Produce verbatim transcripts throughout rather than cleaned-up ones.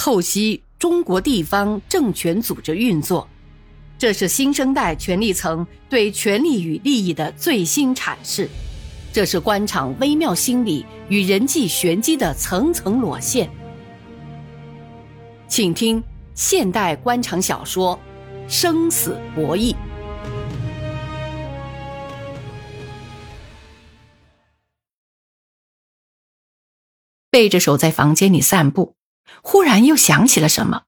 透析中国地方政权组织运作，这是新生代权力层对权力与利益的最新阐释，这是官场微妙心理与人际玄机的层层裸现。请听现代官场小说《生死博弈》。背着手在房间里散步，忽然又想起了什么。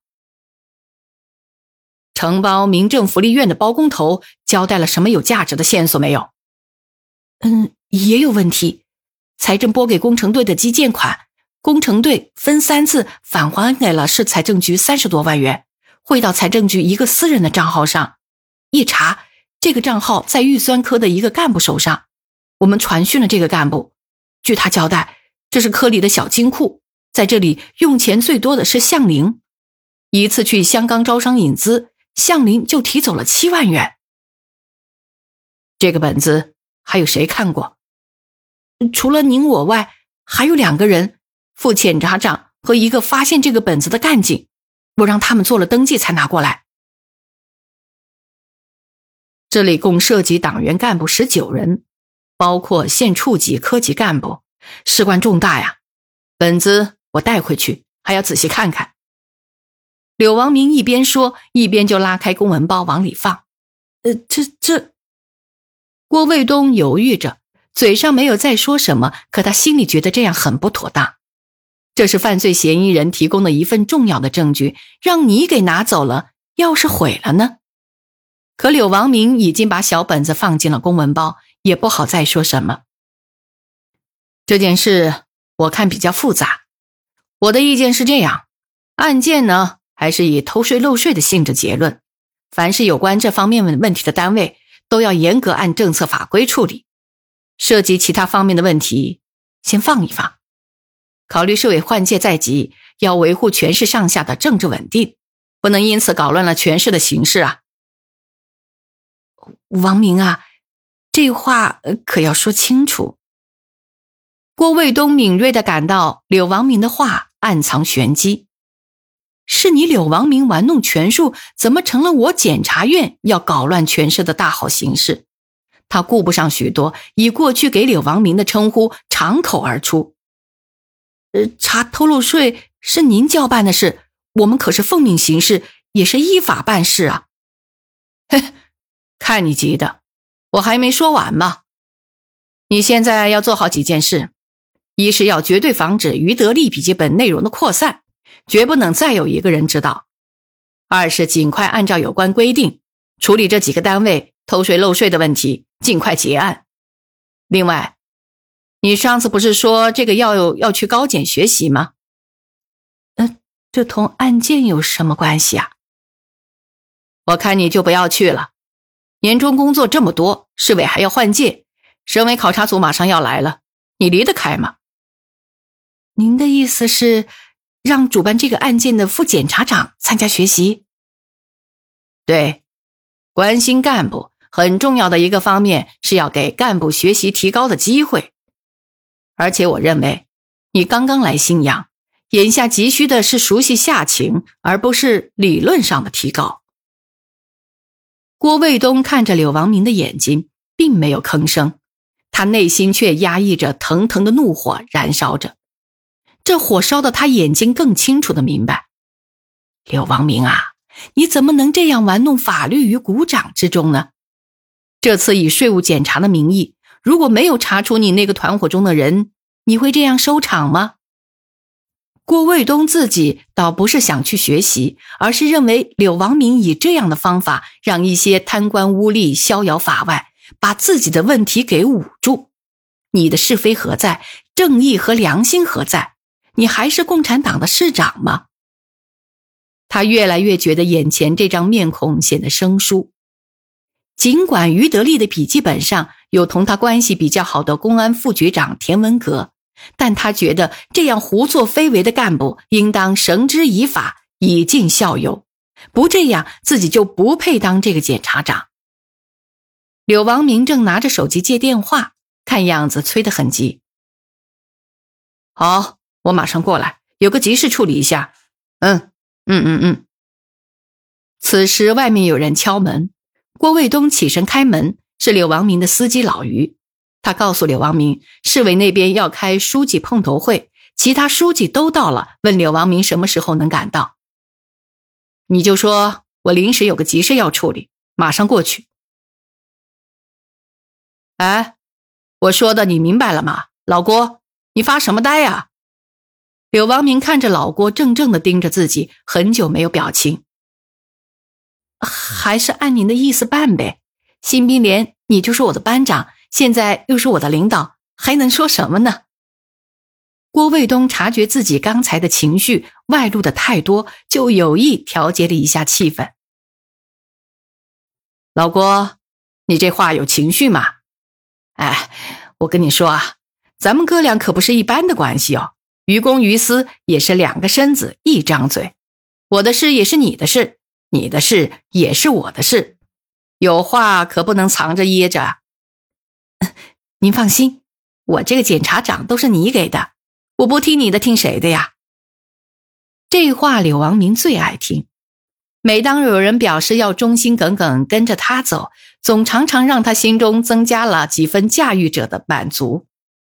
承包民政福利院的包工头交代了什么有价值的线索没有？嗯，也有问题。财政拨给工程队的基建款，工程队分三次返还给了市财政局三十多万元，汇到财政局一个私人的账号上。一查，这个账号在预算科的一个干部手上。我们传讯了这个干部，据他交代，这是科里的小金库，在这里用钱最多的是向林。一次去香港招商引资，向林就提走了七万元。这个本子还有谁看过？除了您我外，还有两个人，副检察长和一个发现这个本子的干警，我让他们做了登记才拿过来。这里共涉及党员干部十九人，包括县处级科级干部，事关重大呀。本子我带回去，还要仔细看看。柳王明一边说，一边就拉开公文包往里放。呃，这这……郭卫东犹豫着，嘴上没有再说什么，可他心里觉得这样很不妥当。这是犯罪嫌疑人提供的一份重要的证据，让你给拿走了，要是毁了呢？可柳王明已经把小本子放进了公文包，也不好再说什么。这件事我看比较复杂，我的意见是这样，案件呢还是以偷税漏税的性质结论，凡是有关这方面问题的单位都要严格按政策法规处理，涉及其他方面的问题先放一放。考虑市委换届在即，要维护全市上下的政治稳定，不能因此搞乱了全市的形势啊。王明啊，这话可要说清楚。郭卫东敏锐地感到柳王明的话暗藏玄机。是你柳王明玩弄权术，怎么成了我检察院要搞乱全市的大好形势？他顾不上许多，以过去给柳王明的称呼长口而出。呃，查偷漏税是您交办的事，我们可是奉命行事，也是依法办事啊。嘿，看你急的，我还没说完嘛。你现在要做好几件事，一是要绝对防止于德利笔记本内容的扩散，绝不能再有一个人知道。二是尽快按照有关规定处理这几个单位偷税漏税的问题，尽快结案。另外，你上次不是说这个要要去高检学习吗？呃，这同案件有什么关系啊？我看你就不要去了。年终工作这么多，市委还要换届，省委考察组马上要来了，你离得开吗？您的意思是让主办这个案件的副检察长参加学习？对，关心干部很重要的一个方面是要给干部学习提高的机会。而且我认为，你刚刚来信阳，眼下急需的是熟悉下情，而不是理论上的提高。郭卫东看着柳王明的眼睛，并没有吭声，他内心却压抑着腾腾的怒火燃烧着。这火烧得他眼睛更清楚地明白，柳王明啊，你怎么能这样玩弄法律于股掌之中呢？这次以税务检查的名义，如果没有查出你那个团伙中的人，你会这样收场吗？郭卫东自己倒不是想去学习，而是认为柳王明以这样的方法让一些贪官污吏逍遥法外，把自己的问题给捂住。你的是非何在？正义和良心何在？你还是共产党的市长吗？他越来越觉得眼前这张面孔显得生疏。尽管于德利的笔记本上有同他关系比较好的公安副局长田文革，但他觉得这样胡作非为的干部应当绳之以法，以儆效尤，不这样自己就不配当这个检察长。柳王明正拿着手机接电话，看样子催得很急。好，我马上过来，有个急事处理一下， 嗯嗯嗯嗯。此时外面有人敲门，郭卫东起身开门，是柳王明的司机老于。他告诉柳王明，市委那边要开书记碰头会，其他书记都到了，问柳王明什么时候能赶到。你就说我临时有个急事要处理，马上过去。哎，我说的你明白了吗？老郭，你发什么呆啊？柳王明看着老郭怔怔地盯着自己，很久没有表情。还是按您的意思办呗，新兵连你就是我的班长，现在又是我的领导，还能说什么呢？郭卫东察觉自己刚才的情绪外露的太多，就有意调节了一下气氛。老郭，你这话有情绪吗？哎，我跟你说啊，咱们哥俩可不是一般的关系哦，于公于私也是两个身子一张嘴，我的事也是你的事，你的事也是我的事，有话可不能藏着掖着。您放心，我这个检察长都是你给的，我不听你的听谁的呀？这话柳王明最爱听，每当有人表示要忠心耿耿跟着他走，总常常让他心中增加了几分驾驭者的满足。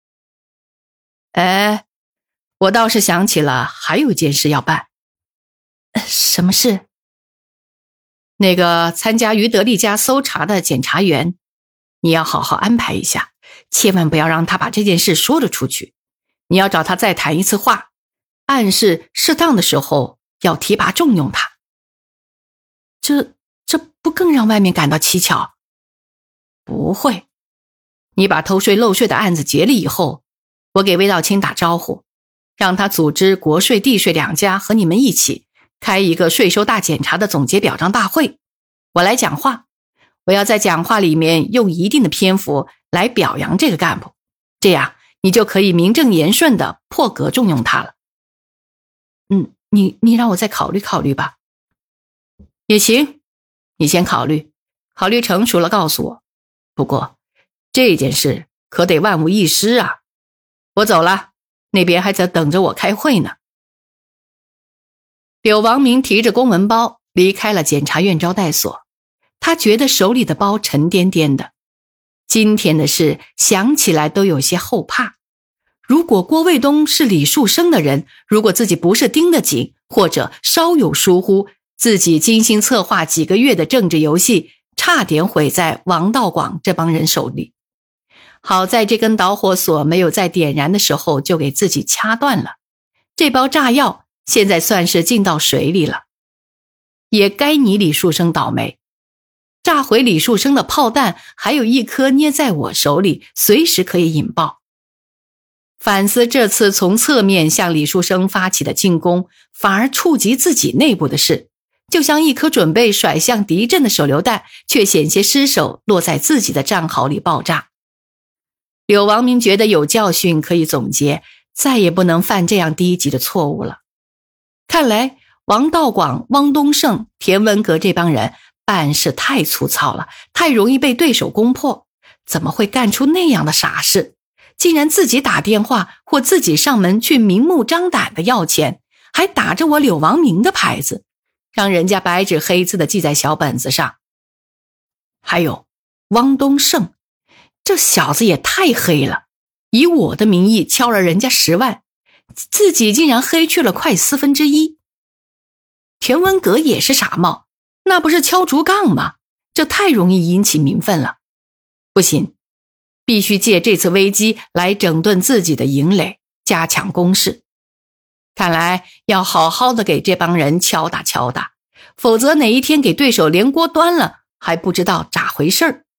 哎，我倒是想起了还有一件事要办。什么事？那个参加于德利家搜查的检察员，你要好好安排一下，千万不要让他把这件事说了出去。你要找他再谈一次话，暗示适当的时候要提拔重用他。这这不更让外面感到蹊跷？不会，你把偷税漏税的案子结了以后，我给魏道清打招呼，让他组织国税地税两家和你们一起开一个税收大检查的总结表彰大会，我来讲话，我要在讲话里面用一定的篇幅来表扬这个干部，这样你就可以名正言顺地破格重用他了。嗯，你你让我再考虑考虑吧。也行，你先考虑，考虑成熟了告诉我。不过这件事可得万无一失啊。我走了，那边还在等着我开会呢。柳王明提着公文包离开了检察院招待所，他觉得手里的包沉甸甸的。今天的事想起来都有些后怕。如果郭卫东是李树生的人，如果自己不是盯得紧，或者稍有疏忽，自己精心策划几个月的政治游戏差点毁在王道广这帮人手里。好在这根导火索没有在点燃的时候就给自己掐断了，这包炸药现在算是进到水里了。也该你李树生倒霉，炸毁李树生的炮弹还有一颗捏在我手里，随时可以引爆。反思这次从侧面向李树生发起的进攻，反而触及自己内部的事，就像一颗准备甩向敌阵的手榴弹，却险些失手落在自己的战壕里爆炸。柳王明觉得有教训可以总结，再也不能犯这样低级的错误了。看来王道广、汪东胜、田文革这帮人办事太粗糙了，太容易被对手攻破，怎么会干出那样的傻事？竟然自己打电话或自己上门去明目张胆的要钱，还打着我柳王明的牌子，让人家白纸黑字的记在小本子上。还有汪东胜，这小子也太黑了，以我的名义敲了人家十万，自己竟然黑去了快四分之一。田文革也是傻帽，那不是敲竹杠吗？这太容易引起民愤了。不行，必须借这次危机来整顿自己的营垒，加强攻势。看来要好好的给这帮人敲打敲打，否则哪一天给对手连锅端了，还不知道咋回事儿。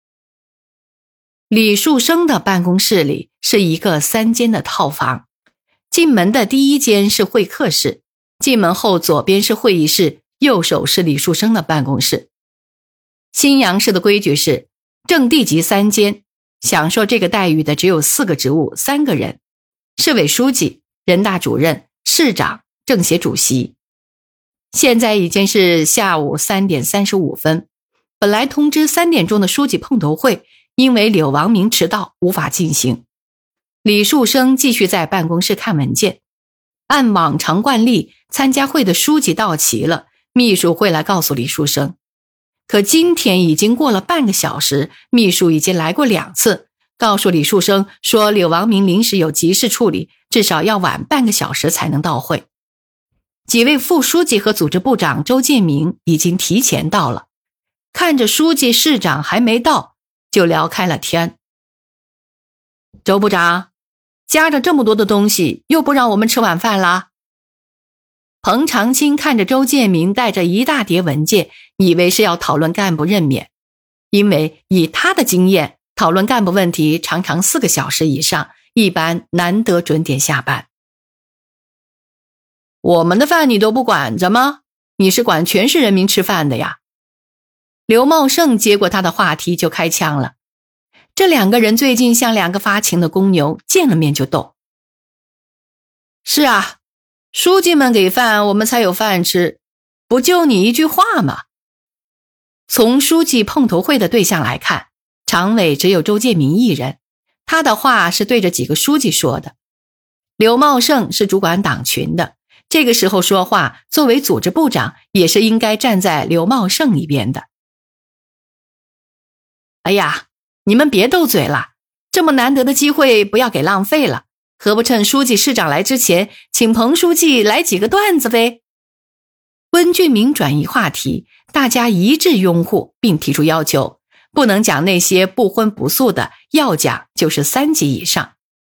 李树生的办公室里是一个三间的套房，进门的第一间是会客室，进门后左边是会议室，右手是李树生的办公室。新阳市的规矩是正地级三间，享受这个待遇的只有四个职务，三个人：市委书记、人大主任、市长、政协主席。现在已经是下午三点三十五分，本来通知三点钟的书记碰头会，因为柳王明迟到无法进行。李树生继续在办公室看文件，按往常惯例， 参加会的书记到齐了，秘书会来告诉李树生。可今天已经过了半个小时，秘书已经来过两次，告诉李树生说柳王明临时有急事处理，至少要晚半个小时才能到会。几位副书记和组织部长周建明已经提前到了，看着书记市长还没到，就聊开了天。周部长，夹着这么多的东西，又不让我们吃晚饭啦？彭长青看着周建明带着一大叠文件，以为是要讨论干部任免，因为以他的经验，讨论干部问题常常四个小时以上，一般难得准点下班。我们的饭你都不管着吗？你是管全市人民吃饭的呀？刘茂盛接过他的话题就开枪了。这两个人最近像两个发情的公牛，见了面就斗。是啊，书记们给饭，我们才有饭吃，不就你一句话吗？从书记碰头会的对象来看，常委只有周建明一人，他的话是对着几个书记说的。刘茂盛是主管党群的，这个时候说话，作为组织部长也是应该站在刘茂盛一边的。哎呀，你们别斗嘴了，这么难得的机会不要给浪费了，何不趁书记市长来之前，请彭书记来几个段子呗？温俊明转移话题，大家一致拥护并提出要求，不能讲那些不荤不素的，要讲就是三级以上。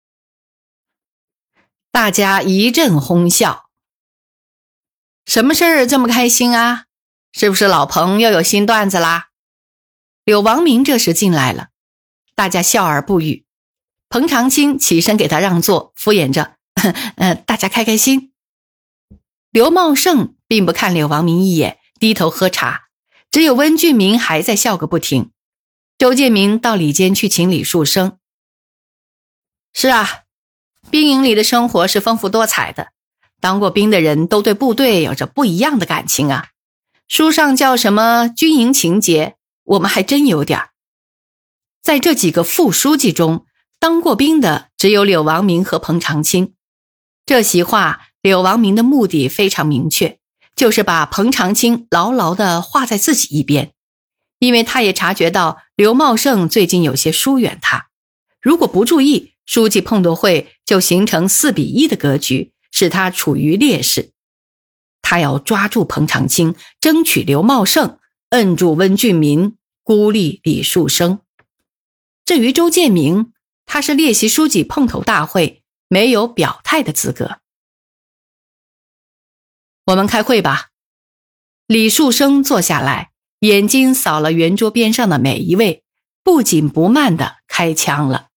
大家一阵哄笑。什么事儿这么开心啊？是不是老彭又有新段子啦？柳王明这时进来了，大家笑而不语。彭长青起身给他让座，敷衍着呃，大家开开心。刘茂盛并不看柳王明一眼，低头喝茶，只有温俊明还在笑个不停。周建明到里间去请李树生。是啊，兵营里的生活是丰富多彩的，当过兵的人都对部队有着不一样的感情啊。书上叫什么军营情节，我们还真有点。在这几个副书记中，当过兵的只有柳王明和彭长青。这席话，柳王明的目的非常明确，就是把彭长青牢牢地画在自己一边，因为他也察觉到刘茂盛最近有些疏远他，如果不注意，书记碰头会就形成四比一的格局，使他处于劣势。他要抓住彭长青，争取刘茂盛，摁住温俊民，孤立李树生。至于周建明，他是列席书记碰头大会，没有表态的资格。我们开会吧。李树生坐下来，眼睛扫了圆桌边上的每一位，不紧不慢地开枪了。